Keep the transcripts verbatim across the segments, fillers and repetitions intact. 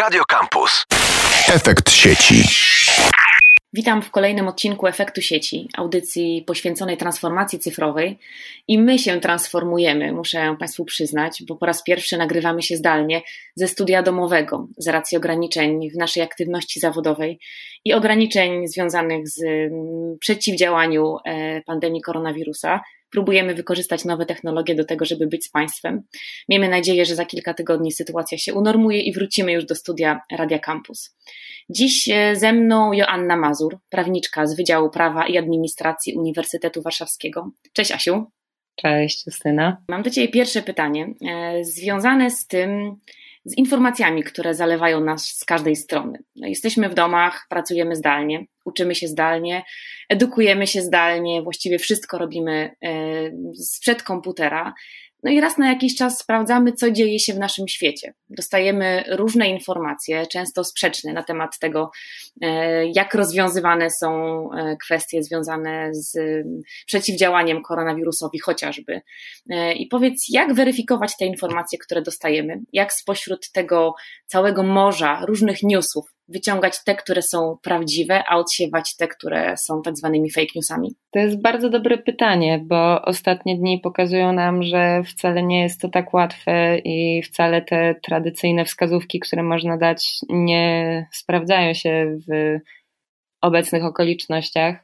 Radio Campus. Efekt sieci. Witam w kolejnym odcinku Efektu Sieci, audycji poświęconej transformacji cyfrowej. I my się transformujemy, muszę Państwu przyznać, bo po raz pierwszy nagrywamy się zdalnie ze studia domowego z racji ograniczeń w naszej aktywności zawodowej i ograniczeń związanych z przeciwdziałaniem pandemii koronawirusa. Próbujemy wykorzystać nowe technologie do tego, żeby być z Państwem. Miejmy nadzieję, że za kilka tygodni sytuacja się unormuje i wrócimy już do studia Radia Campus. Dziś ze mną Joanna Mazur, prawniczka z Wydziału Prawa i Administracji Uniwersytetu Warszawskiego. Cześć Asiu. Cześć Justyna. Mam do Ciebie pierwsze pytanie, związane z tym, z informacjami, które zalewają nas z każdej strony. No, jesteśmy w domach, pracujemy zdalnie, uczymy się zdalnie, edukujemy się zdalnie, właściwie wszystko robimy sprzed komputera. No i raz na jakiś czas sprawdzamy, co dzieje się w naszym świecie. Dostajemy różne informacje, często sprzeczne na temat tego, jak rozwiązywane są kwestie związane z przeciwdziałaniem koronawirusowi chociażby. I powiedz, jak weryfikować te informacje, które dostajemy? Jak spośród tego całego morza różnych newsów wyciągać te, które są prawdziwe, a odsiewać te, które są tak zwanymi fake newsami? To jest bardzo dobre pytanie, bo ostatnie dni pokazują nam, że wcale nie jest to tak łatwe i wcale te tradycyjne wskazówki, które można dać, nie sprawdzają się w obecnych okolicznościach,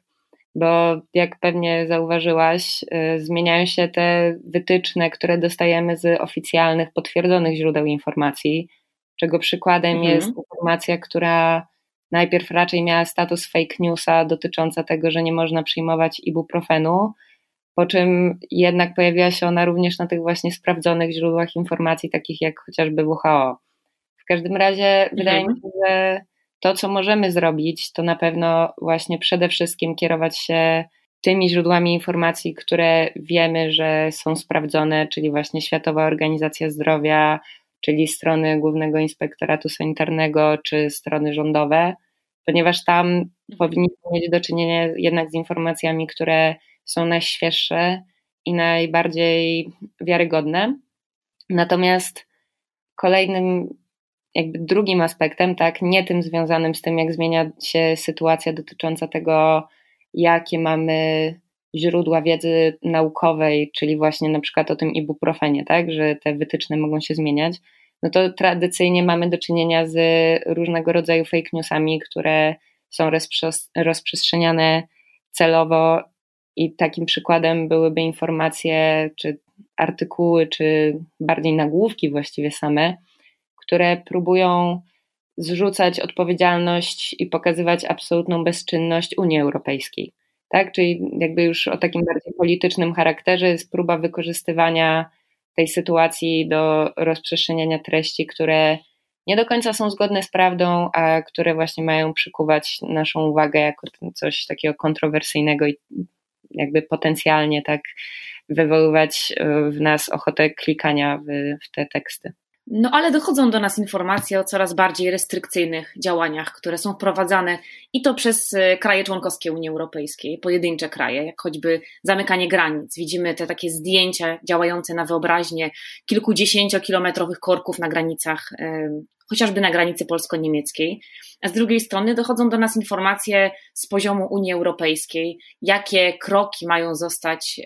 bo jak pewnie zauważyłaś, zmieniają się te wytyczne, które dostajemy z oficjalnych, potwierdzonych źródeł informacji, czego przykładem mhm. jest informacja, która najpierw raczej miała status fake newsa dotycząca tego, że nie można przyjmować ibuprofenu, po czym jednak pojawiła się ona również na tych właśnie sprawdzonych źródłach informacji, takich jak chociażby W H O. W każdym razie mhm. wydaje mi się, że to, co możemy zrobić, to na pewno właśnie przede wszystkim kierować się tymi źródłami informacji, które wiemy, że są sprawdzone, czyli właśnie Światowa Organizacja Zdrowia, czyli strony Głównego Inspektoratu Sanitarnego czy strony rządowe, ponieważ tam powinniśmy mieć do czynienia jednak z informacjami, które są najświeższe i najbardziej wiarygodne. Natomiast kolejnym, jakby drugim aspektem, tak, nie tym związanym z tym, jak zmienia się sytuacja dotycząca tego, jakie mamy źródła wiedzy naukowej, czyli właśnie na przykład o tym ibuprofenie, tak, że te wytyczne mogą się zmieniać, no to tradycyjnie mamy do czynienia z różnego rodzaju fake newsami, które są rozprzes- rozprzestrzeniane celowo i takim przykładem byłyby informacje, czy artykuły, czy bardziej nagłówki właściwie same, które próbują zrzucać odpowiedzialność i pokazywać absolutną bezczynność Unii Europejskiej. Tak, czyli jakby już o takim bardziej politycznym charakterze jest próba wykorzystywania tej sytuacji do rozprzestrzeniania treści, które nie do końca są zgodne z prawdą, a które właśnie mają przykuwać naszą uwagę jako coś takiego kontrowersyjnego i jakby potencjalnie tak wywoływać w nas ochotę klikania w, w te teksty. No ale dochodzą do nas informacje o coraz bardziej restrykcyjnych działaniach, które są wprowadzane i to przez kraje członkowskie Unii Europejskiej, pojedyncze kraje, jak choćby zamykanie granic. Widzimy te takie zdjęcia działające na wyobraźnię kilkudziesięciokilometrowych korków na granicach, chociażby na granicy polsko-niemieckiej. A z drugiej strony dochodzą do nas informacje z poziomu Unii Europejskiej, jakie kroki mają zostać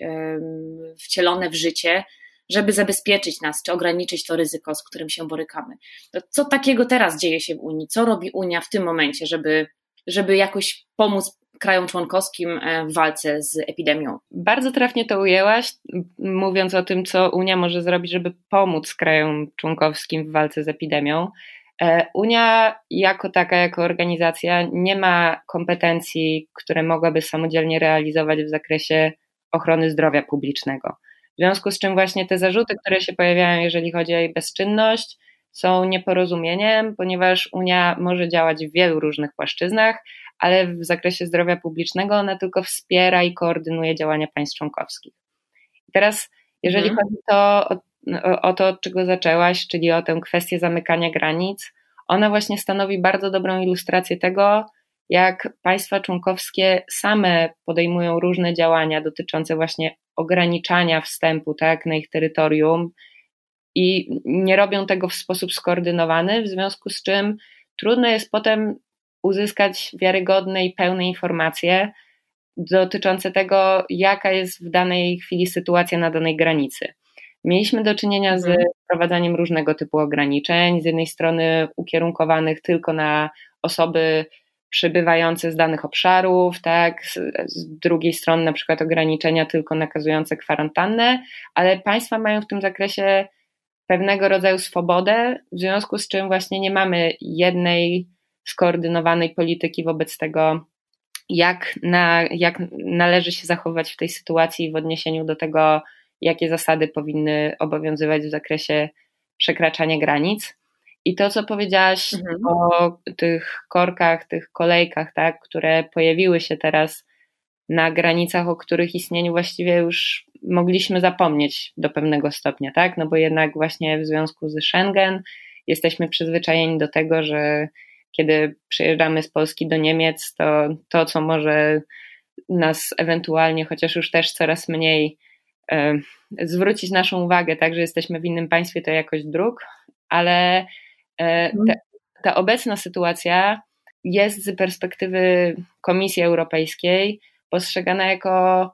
wcielone w życie, żeby zabezpieczyć nas, czy ograniczyć to ryzyko, z którym się borykamy. To co takiego teraz dzieje się w Unii? Co robi Unia w tym momencie, żeby, żeby jakoś pomóc krajom członkowskim w walce z epidemią? Bardzo trafnie to ujęłaś, mówiąc o tym, co Unia może zrobić, żeby pomóc krajom członkowskim w walce z epidemią. Unia jako taka, jako organizacja nie ma kompetencji, które mogłaby samodzielnie realizować w zakresie ochrony zdrowia publicznego. W związku z czym właśnie te zarzuty, które się pojawiają, jeżeli chodzi o jej bezczynność, są nieporozumieniem, ponieważ Unia może działać w wielu różnych płaszczyznach, ale w zakresie zdrowia publicznego ona tylko wspiera i koordynuje działania państw członkowskich. I teraz, jeżeli mhm. chodzi to o, o, o to, od czego zaczęłaś, czyli o tę kwestię zamykania granic, ona właśnie stanowi bardzo dobrą ilustrację tego, jak państwa członkowskie same podejmują różne działania dotyczące właśnie ograniczania wstępu, tak, na ich terytorium i nie robią tego w sposób skoordynowany, w związku z czym trudno jest potem uzyskać wiarygodne i pełne informacje dotyczące tego, jaka jest w danej chwili sytuacja na danej granicy. Mieliśmy do czynienia z wprowadzaniem różnego typu ograniczeń, z jednej strony ukierunkowanych tylko na osoby przybywające z danych obszarów, tak, z, z drugiej strony na przykład ograniczenia tylko nakazujące kwarantannę, ale państwa mają w tym zakresie pewnego rodzaju swobodę, w związku z czym właśnie nie mamy jednej skoordynowanej polityki wobec tego, jak, na, jak należy się zachowywać w tej sytuacji w odniesieniu do tego, jakie zasady powinny obowiązywać w zakresie przekraczania granic. I to, co powiedziałaś mhm. o tych korkach, tych kolejkach, tak, które pojawiły się teraz na granicach, o których istnieniu właściwie już mogliśmy zapomnieć do pewnego stopnia, tak? No bo jednak właśnie w związku z Schengen jesteśmy przyzwyczajeni do tego, że kiedy przyjeżdżamy z Polski do Niemiec, to to, co może nas ewentualnie, chociaż już też coraz mniej e, zwrócić naszą uwagę, tak, że jesteśmy w innym państwie, to jakość dróg, ale e, te, ta obecna sytuacja jest z perspektywy Komisji Europejskiej postrzegana jako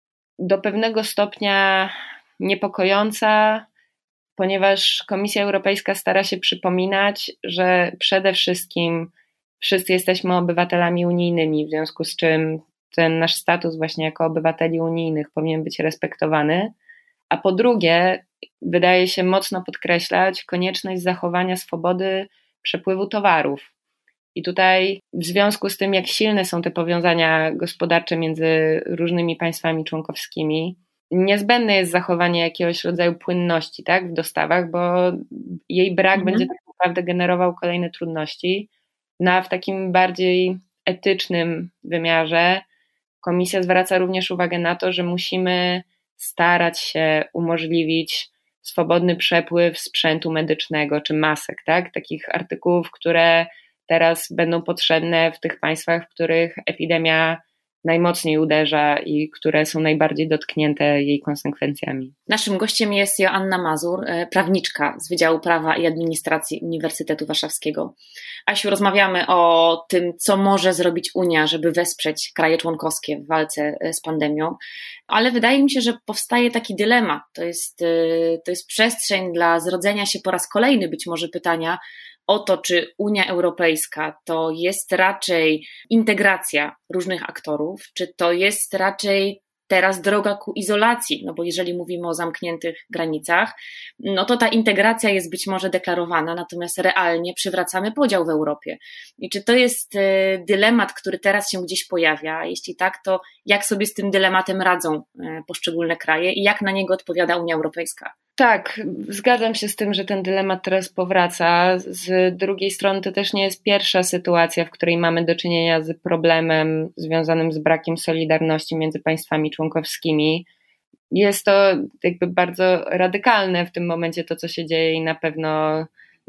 do pewnego stopnia niepokojąca, ponieważ Komisja Europejska stara się przypominać, że przede wszystkim wszyscy jesteśmy obywatelami unijnymi, w związku z czym ten nasz status właśnie jako obywateli unijnych powinien być respektowany, a po drugie wydaje się mocno podkreślać konieczność zachowania swobody przepływu towarów. I tutaj w związku z tym, jak silne są te powiązania gospodarcze między różnymi państwami członkowskimi, niezbędne jest zachowanie jakiegoś rodzaju płynności, tak, w dostawach, bo jej brak mhm. będzie tak naprawdę generował kolejne trudności. No a w takim bardziej etycznym wymiarze Komisja zwraca również uwagę na to, że musimy starać się umożliwić swobodny przepływ sprzętu medycznego czy masek, tak, takich artykułów, które teraz będą potrzebne w tych państwach, w których epidemia najmocniej uderza i które są najbardziej dotknięte jej konsekwencjami. Naszym gościem jest Joanna Mazur, prawniczka z Wydziału Prawa i Administracji Uniwersytetu Warszawskiego. Asiu, rozmawiamy o tym, co może zrobić Unia, żeby wesprzeć kraje członkowskie w walce z pandemią, ale wydaje mi się, że powstaje taki dylemat. To jest, to jest przestrzeń dla zrodzenia się po raz kolejny być może pytania o to, czy Unia Europejska to jest raczej integracja różnych aktorów, czy to jest raczej teraz droga ku izolacji, no bo jeżeli mówimy o zamkniętych granicach, no to ta integracja jest być może deklarowana, natomiast realnie przywracamy podział w Europie. I czy to jest dylemat, który teraz się gdzieś pojawia? Jeśli tak, to jak sobie z tym dylematem radzą poszczególne kraje i jak na niego odpowiada Unia Europejska? Tak, zgadzam się z tym, że ten dylemat teraz powraca. Z drugiej strony to też nie jest pierwsza sytuacja, w której mamy do czynienia z problemem związanym z brakiem solidarności między państwami członkowskimi. Jest to jakby bardzo radykalne w tym momencie to, co się dzieje i na pewno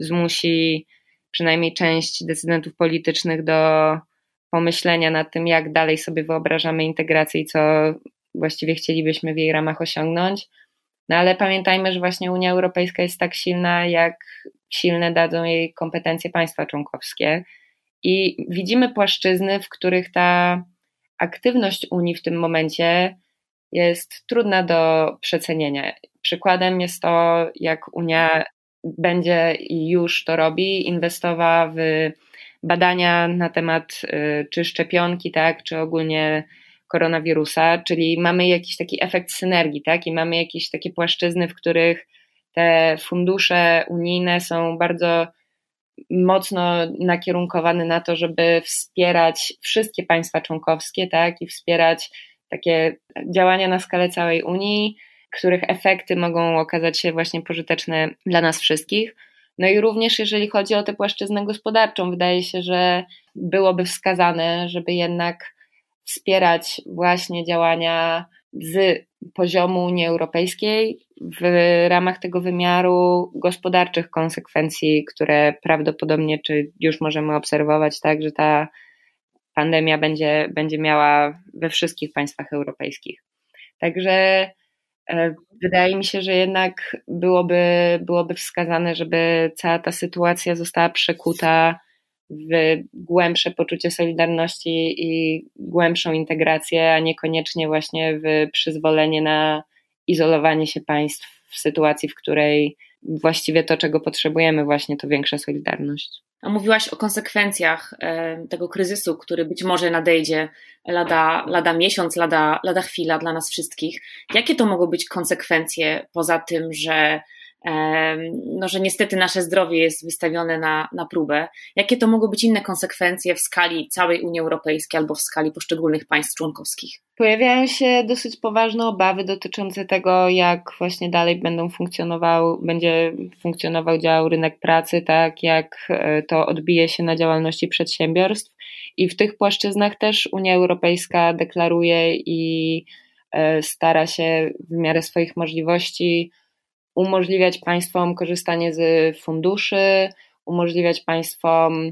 zmusi przynajmniej część decydentów politycznych do pomyślenia nad tym, jak dalej sobie wyobrażamy integrację i co właściwie chcielibyśmy w jej ramach osiągnąć. No ale pamiętajmy, że właśnie Unia Europejska jest tak silna, jak silne dadzą jej kompetencje państwa członkowskie. I widzimy płaszczyzny, w których ta aktywność Unii w tym momencie jest trudna do przecenienia. Przykładem jest to, jak Unia będzie i już to robi, inwestowała w badania na temat czy szczepionki, tak, czy ogólnie koronawirusa, czyli mamy jakiś taki efekt synergii, tak? I mamy jakieś takie płaszczyzny, w których te fundusze unijne są bardzo mocno nakierunkowane na to, żeby wspierać wszystkie państwa członkowskie, tak? I wspierać takie działania na skalę całej Unii, których efekty mogą okazać się właśnie pożyteczne dla nas wszystkich. No i również jeżeli chodzi o tę płaszczyznę gospodarczą, wydaje się, że byłoby wskazane, żeby jednak wspierać właśnie działania z poziomu Unii Europejskiej w ramach tego wymiaru gospodarczych konsekwencji, które prawdopodobnie, czy już możemy obserwować, tak, że ta pandemia będzie, będzie miała we wszystkich państwach europejskich. Także Wydaje mi się, że jednak byłoby, byłoby wskazane, żeby cała ta sytuacja została przekuta w głębsze poczucie solidarności i głębszą integrację, a niekoniecznie właśnie w przyzwolenie na izolowanie się państw w sytuacji, w której właściwie to, czego potrzebujemy, właśnie to większa solidarność. A mówiłaś o konsekwencjach tego kryzysu, który być może nadejdzie lada, lada miesiąc, lada, lada chwila dla nas wszystkich. Jakie to mogą być konsekwencje poza tym, że no, że niestety nasze zdrowie jest wystawione na, na próbę? Jakie to mogą być inne konsekwencje w skali całej Unii Europejskiej albo w skali poszczególnych państw członkowskich? Pojawiają się dosyć poważne obawy dotyczące tego, jak właśnie dalej będą funkcjonował, będzie funkcjonował dział rynek pracy, tak, jak to odbije się na działalności przedsiębiorstw. I w tych płaszczyznach też Unia Europejska deklaruje i stara się w miarę swoich możliwości umożliwiać państwom korzystanie z funduszy, umożliwiać państwom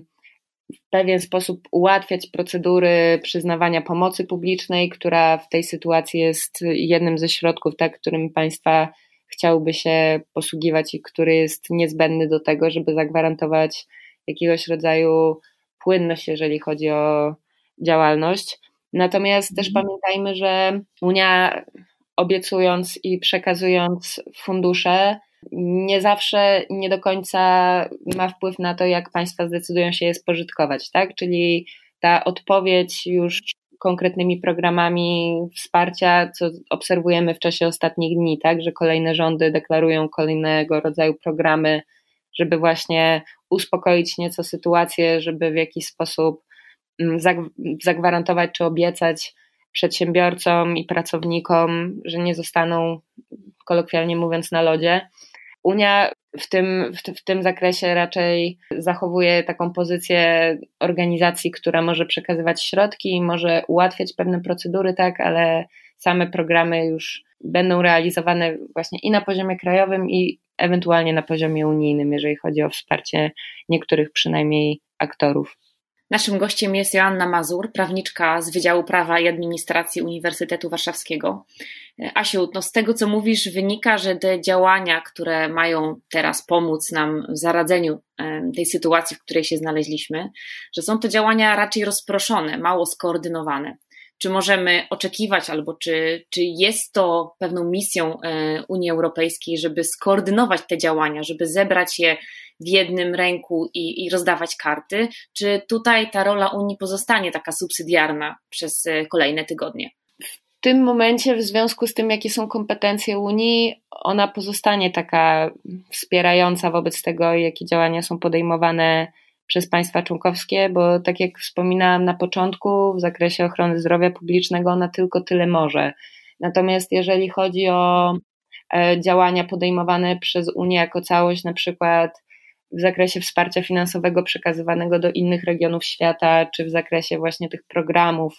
w pewien sposób ułatwiać procedury przyznawania pomocy publicznej, która w tej sytuacji jest jednym ze środków, tak, którym państwa chciałyby się posługiwać i który jest niezbędny do tego, żeby zagwarantować jakiegoś rodzaju płynność, jeżeli chodzi o działalność. Natomiast też pamiętajmy, że Unia, obiecując i przekazując fundusze, nie zawsze, nie do końca ma wpływ na to, jak państwa zdecydują się je spożytkować, tak? Czyli ta odpowiedź już konkretnymi programami wsparcia, co obserwujemy w czasie ostatnich dni, tak? Że kolejne rządy deklarują kolejnego rodzaju programy, żeby właśnie uspokoić nieco sytuację, żeby w jakiś sposób zagwarantować czy obiecać przedsiębiorcom i pracownikom, że nie zostaną, kolokwialnie mówiąc, na lodzie. Unia w tym, w, w tym zakresie raczej zachowuje taką pozycję organizacji, która może przekazywać środki, może ułatwiać pewne procedury, tak, ale same programy już będą realizowane właśnie i na poziomie krajowym, i ewentualnie na poziomie unijnym, jeżeli chodzi o wsparcie niektórych przynajmniej aktorów. Naszym gościem jest Joanna Mazur, prawniczka z Wydziału Prawa i Administracji Uniwersytetu Warszawskiego. Asiu, no z tego, co mówisz, wynika, że te działania, które mają teraz pomóc nam w zaradzeniu tej sytuacji, w której się znaleźliśmy, że są to działania raczej rozproszone, mało skoordynowane. Czy możemy oczekiwać, albo czy, czy jest to pewną misją Unii Europejskiej, żeby skoordynować te działania, żeby zebrać je w jednym ręku i, i rozdawać karty? Czy tutaj ta rola Unii pozostanie taka subsydiarna przez kolejne tygodnie? W tym momencie, w związku z tym, jakie są kompetencje Unii, ona pozostanie taka wspierająca wobec tego, jakie działania są podejmowane przez państwa członkowskie, bo tak jak wspominałam na początku, w zakresie ochrony zdrowia publicznego ona tylko tyle może. Natomiast jeżeli chodzi o działania podejmowane przez Unię jako całość, na przykład w zakresie wsparcia finansowego przekazywanego do innych regionów świata, czy w zakresie właśnie tych programów,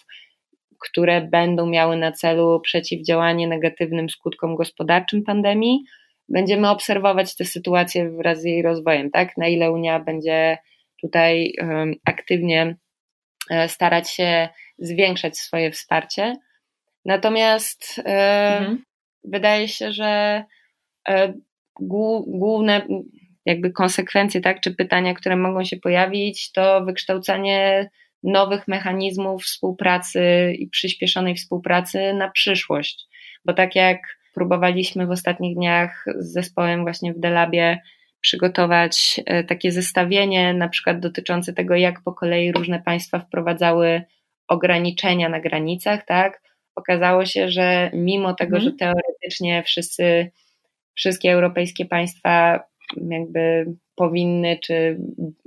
które będą miały na celu przeciwdziałanie negatywnym skutkom gospodarczym pandemii, będziemy obserwować tę sytuację wraz z jej rozwojem, tak? Na ile Unia będzie tutaj um, aktywnie e, starać się zwiększać swoje wsparcie. Natomiast e, mhm. wydaje się, że e, głu, główne jakby konsekwencje, tak, czy pytania, które mogą się pojawić, to wykształcanie nowych mechanizmów współpracy i przyspieszonej współpracy na przyszłość. Bo tak jak próbowaliśmy w ostatnich dniach z zespołem właśnie w Delabie przygotować takie zestawienie, na przykład dotyczące tego, jak po kolei różne państwa wprowadzały ograniczenia na granicach, tak? Okazało się, że mimo tego, mm. że teoretycznie wszyscy, wszystkie europejskie państwa jakby powinny, czy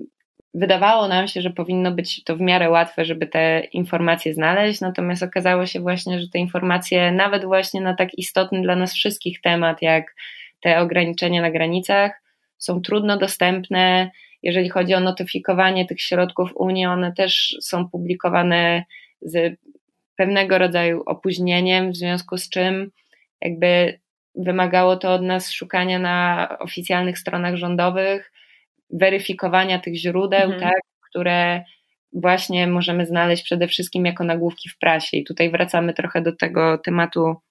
wydawało nam się, że powinno być to w miarę łatwe, żeby te informacje znaleźć, natomiast okazało się właśnie, że te informacje nawet właśnie na tak istotny dla nas wszystkich temat, jak te ograniczenia na granicach, są trudno dostępne. Jeżeli chodzi o notyfikowanie tych środków Unii, one też są publikowane z pewnego rodzaju opóźnieniem, w związku z czym jakby wymagało to od nas szukania na oficjalnych stronach rządowych, weryfikowania tych źródeł, mhm. tak, które właśnie możemy znaleźć przede wszystkim jako nagłówki w prasie. I tutaj wracamy trochę do tego tematu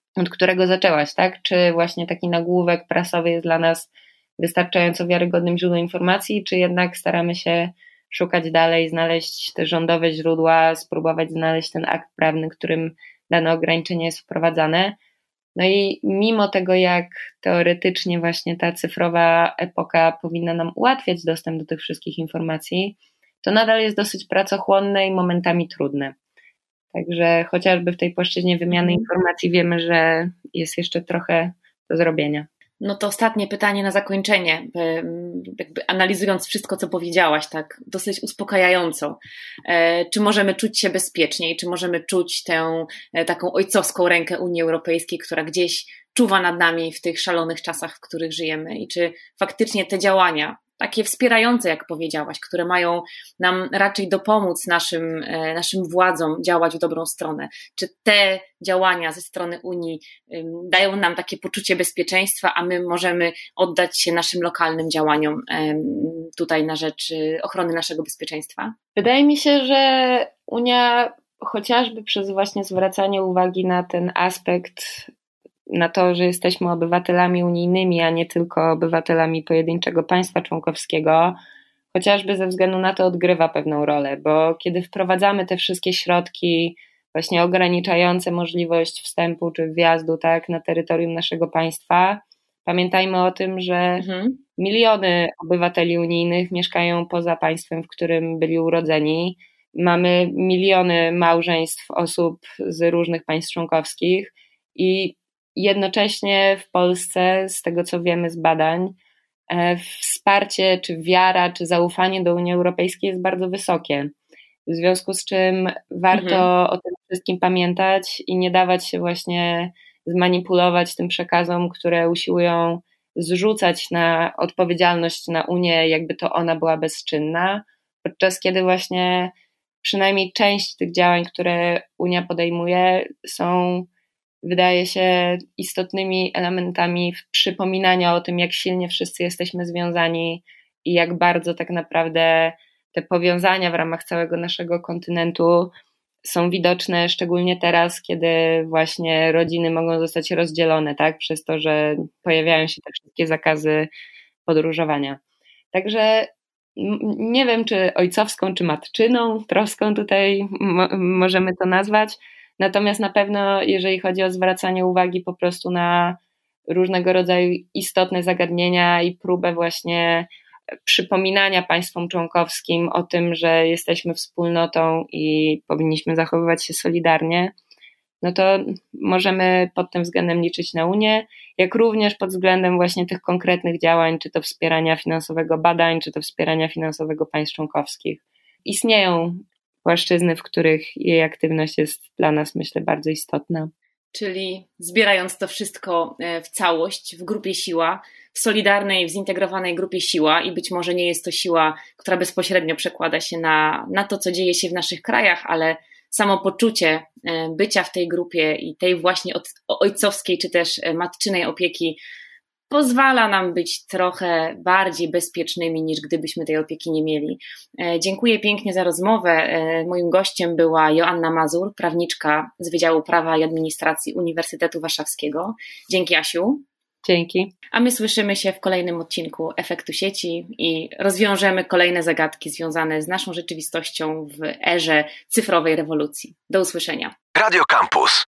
od którego zaczęłaś, tak? Czy właśnie taki nagłówek prasowy jest dla nas wystarczająco wiarygodnym źródłem informacji, czy jednak staramy się szukać dalej, znaleźć te rządowe źródła, spróbować znaleźć ten akt prawny, którym dane ograniczenie jest wprowadzane. No i mimo tego, jak teoretycznie właśnie ta cyfrowa epoka powinna nam ułatwiać dostęp do tych wszystkich informacji, to nadal jest dosyć pracochłonne i momentami trudne. Także chociażby w tej płaszczyźnie wymiany informacji wiemy, że jest jeszcze trochę do zrobienia. No to ostatnie pytanie na zakończenie, jakby analizując wszystko, co powiedziałaś, tak dosyć uspokajająco. Czy możemy czuć się bezpieczniej? Czy możemy czuć tę taką ojcowską rękę Unii Europejskiej, która gdzieś czuwa nad nami w tych szalonych czasach, w których żyjemy? I czy faktycznie te działania, takie wspierające, jak powiedziałaś, które mają nam raczej dopomóc naszym, naszym władzom działać w dobrą stronę. Czy te działania ze strony Unii dają nam takie poczucie bezpieczeństwa, a my możemy oddać się naszym lokalnym działaniom tutaj na rzecz ochrony naszego bezpieczeństwa? Wydaje mi się, że Unia chociażby przez właśnie zwracanie uwagi na ten aspekt, na to, że jesteśmy obywatelami unijnymi, a nie tylko obywatelami pojedynczego państwa członkowskiego, chociażby ze względu na to odgrywa pewną rolę, bo kiedy wprowadzamy te wszystkie środki właśnie ograniczające możliwość wstępu czy wjazdu, tak, na terytorium naszego państwa, pamiętajmy o tym, że mhm. miliony obywateli unijnych mieszkają poza państwem, w którym byli urodzeni. Mamy miliony małżeństw osób z różnych państw członkowskich i jednocześnie w Polsce, z tego co wiemy z badań, wsparcie, czy wiara, czy zaufanie do Unii Europejskiej jest bardzo wysokie. W związku z czym warto mhm. o tym wszystkim pamiętać i nie dawać się właśnie zmanipulować tym przekazom, które usiłują zrzucać na odpowiedzialność na Unię, jakby to ona była bezczynna, podczas kiedy właśnie przynajmniej część tych działań, które Unia podejmuje, są, wydaje się, istotnymi elementami przypominania o tym, jak silnie wszyscy jesteśmy związani i jak bardzo tak naprawdę te powiązania w ramach całego naszego kontynentu są widoczne, szczególnie teraz, kiedy właśnie rodziny mogą zostać rozdzielone, tak, przez to, że pojawiają się te wszystkie zakazy podróżowania. Także nie wiem, czy ojcowską, czy matczyną troską tutaj mo- możemy to nazwać, natomiast na pewno, jeżeli chodzi o zwracanie uwagi po prostu na różnego rodzaju istotne zagadnienia i próbę właśnie przypominania państwom członkowskim o tym, że jesteśmy wspólnotą i powinniśmy zachowywać się solidarnie, no to możemy pod tym względem liczyć na Unię, jak również pod względem właśnie tych konkretnych działań, czy to wspierania finansowego badań, czy to wspierania finansowego państw członkowskich. Istnieją płaszczyzny, w których jej aktywność jest dla nas, myślę, bardzo istotna. Czyli zbierając to wszystko w całość, w grupie Siła, w solidarnej, w zintegrowanej grupie Siła, i być może nie jest to siła, która bezpośrednio przekłada się na, na to, co dzieje się w naszych krajach, ale samo poczucie bycia w tej grupie i tej właśnie od, ojcowskiej czy też matczynej opieki pozwala nam być trochę bardziej bezpiecznymi, niż gdybyśmy tej opieki nie mieli. Dziękuję pięknie za rozmowę. Moim gościem była Joanna Mazur, prawniczka z Wydziału Prawa i Administracji Uniwersytetu Warszawskiego. Dzięki, Asiu. Dzięki. A my słyszymy się w kolejnym odcinku Efektu Sieci i rozwiążemy kolejne zagadki związane z naszą rzeczywistością w erze cyfrowej rewolucji. Do usłyszenia. Radio Campus.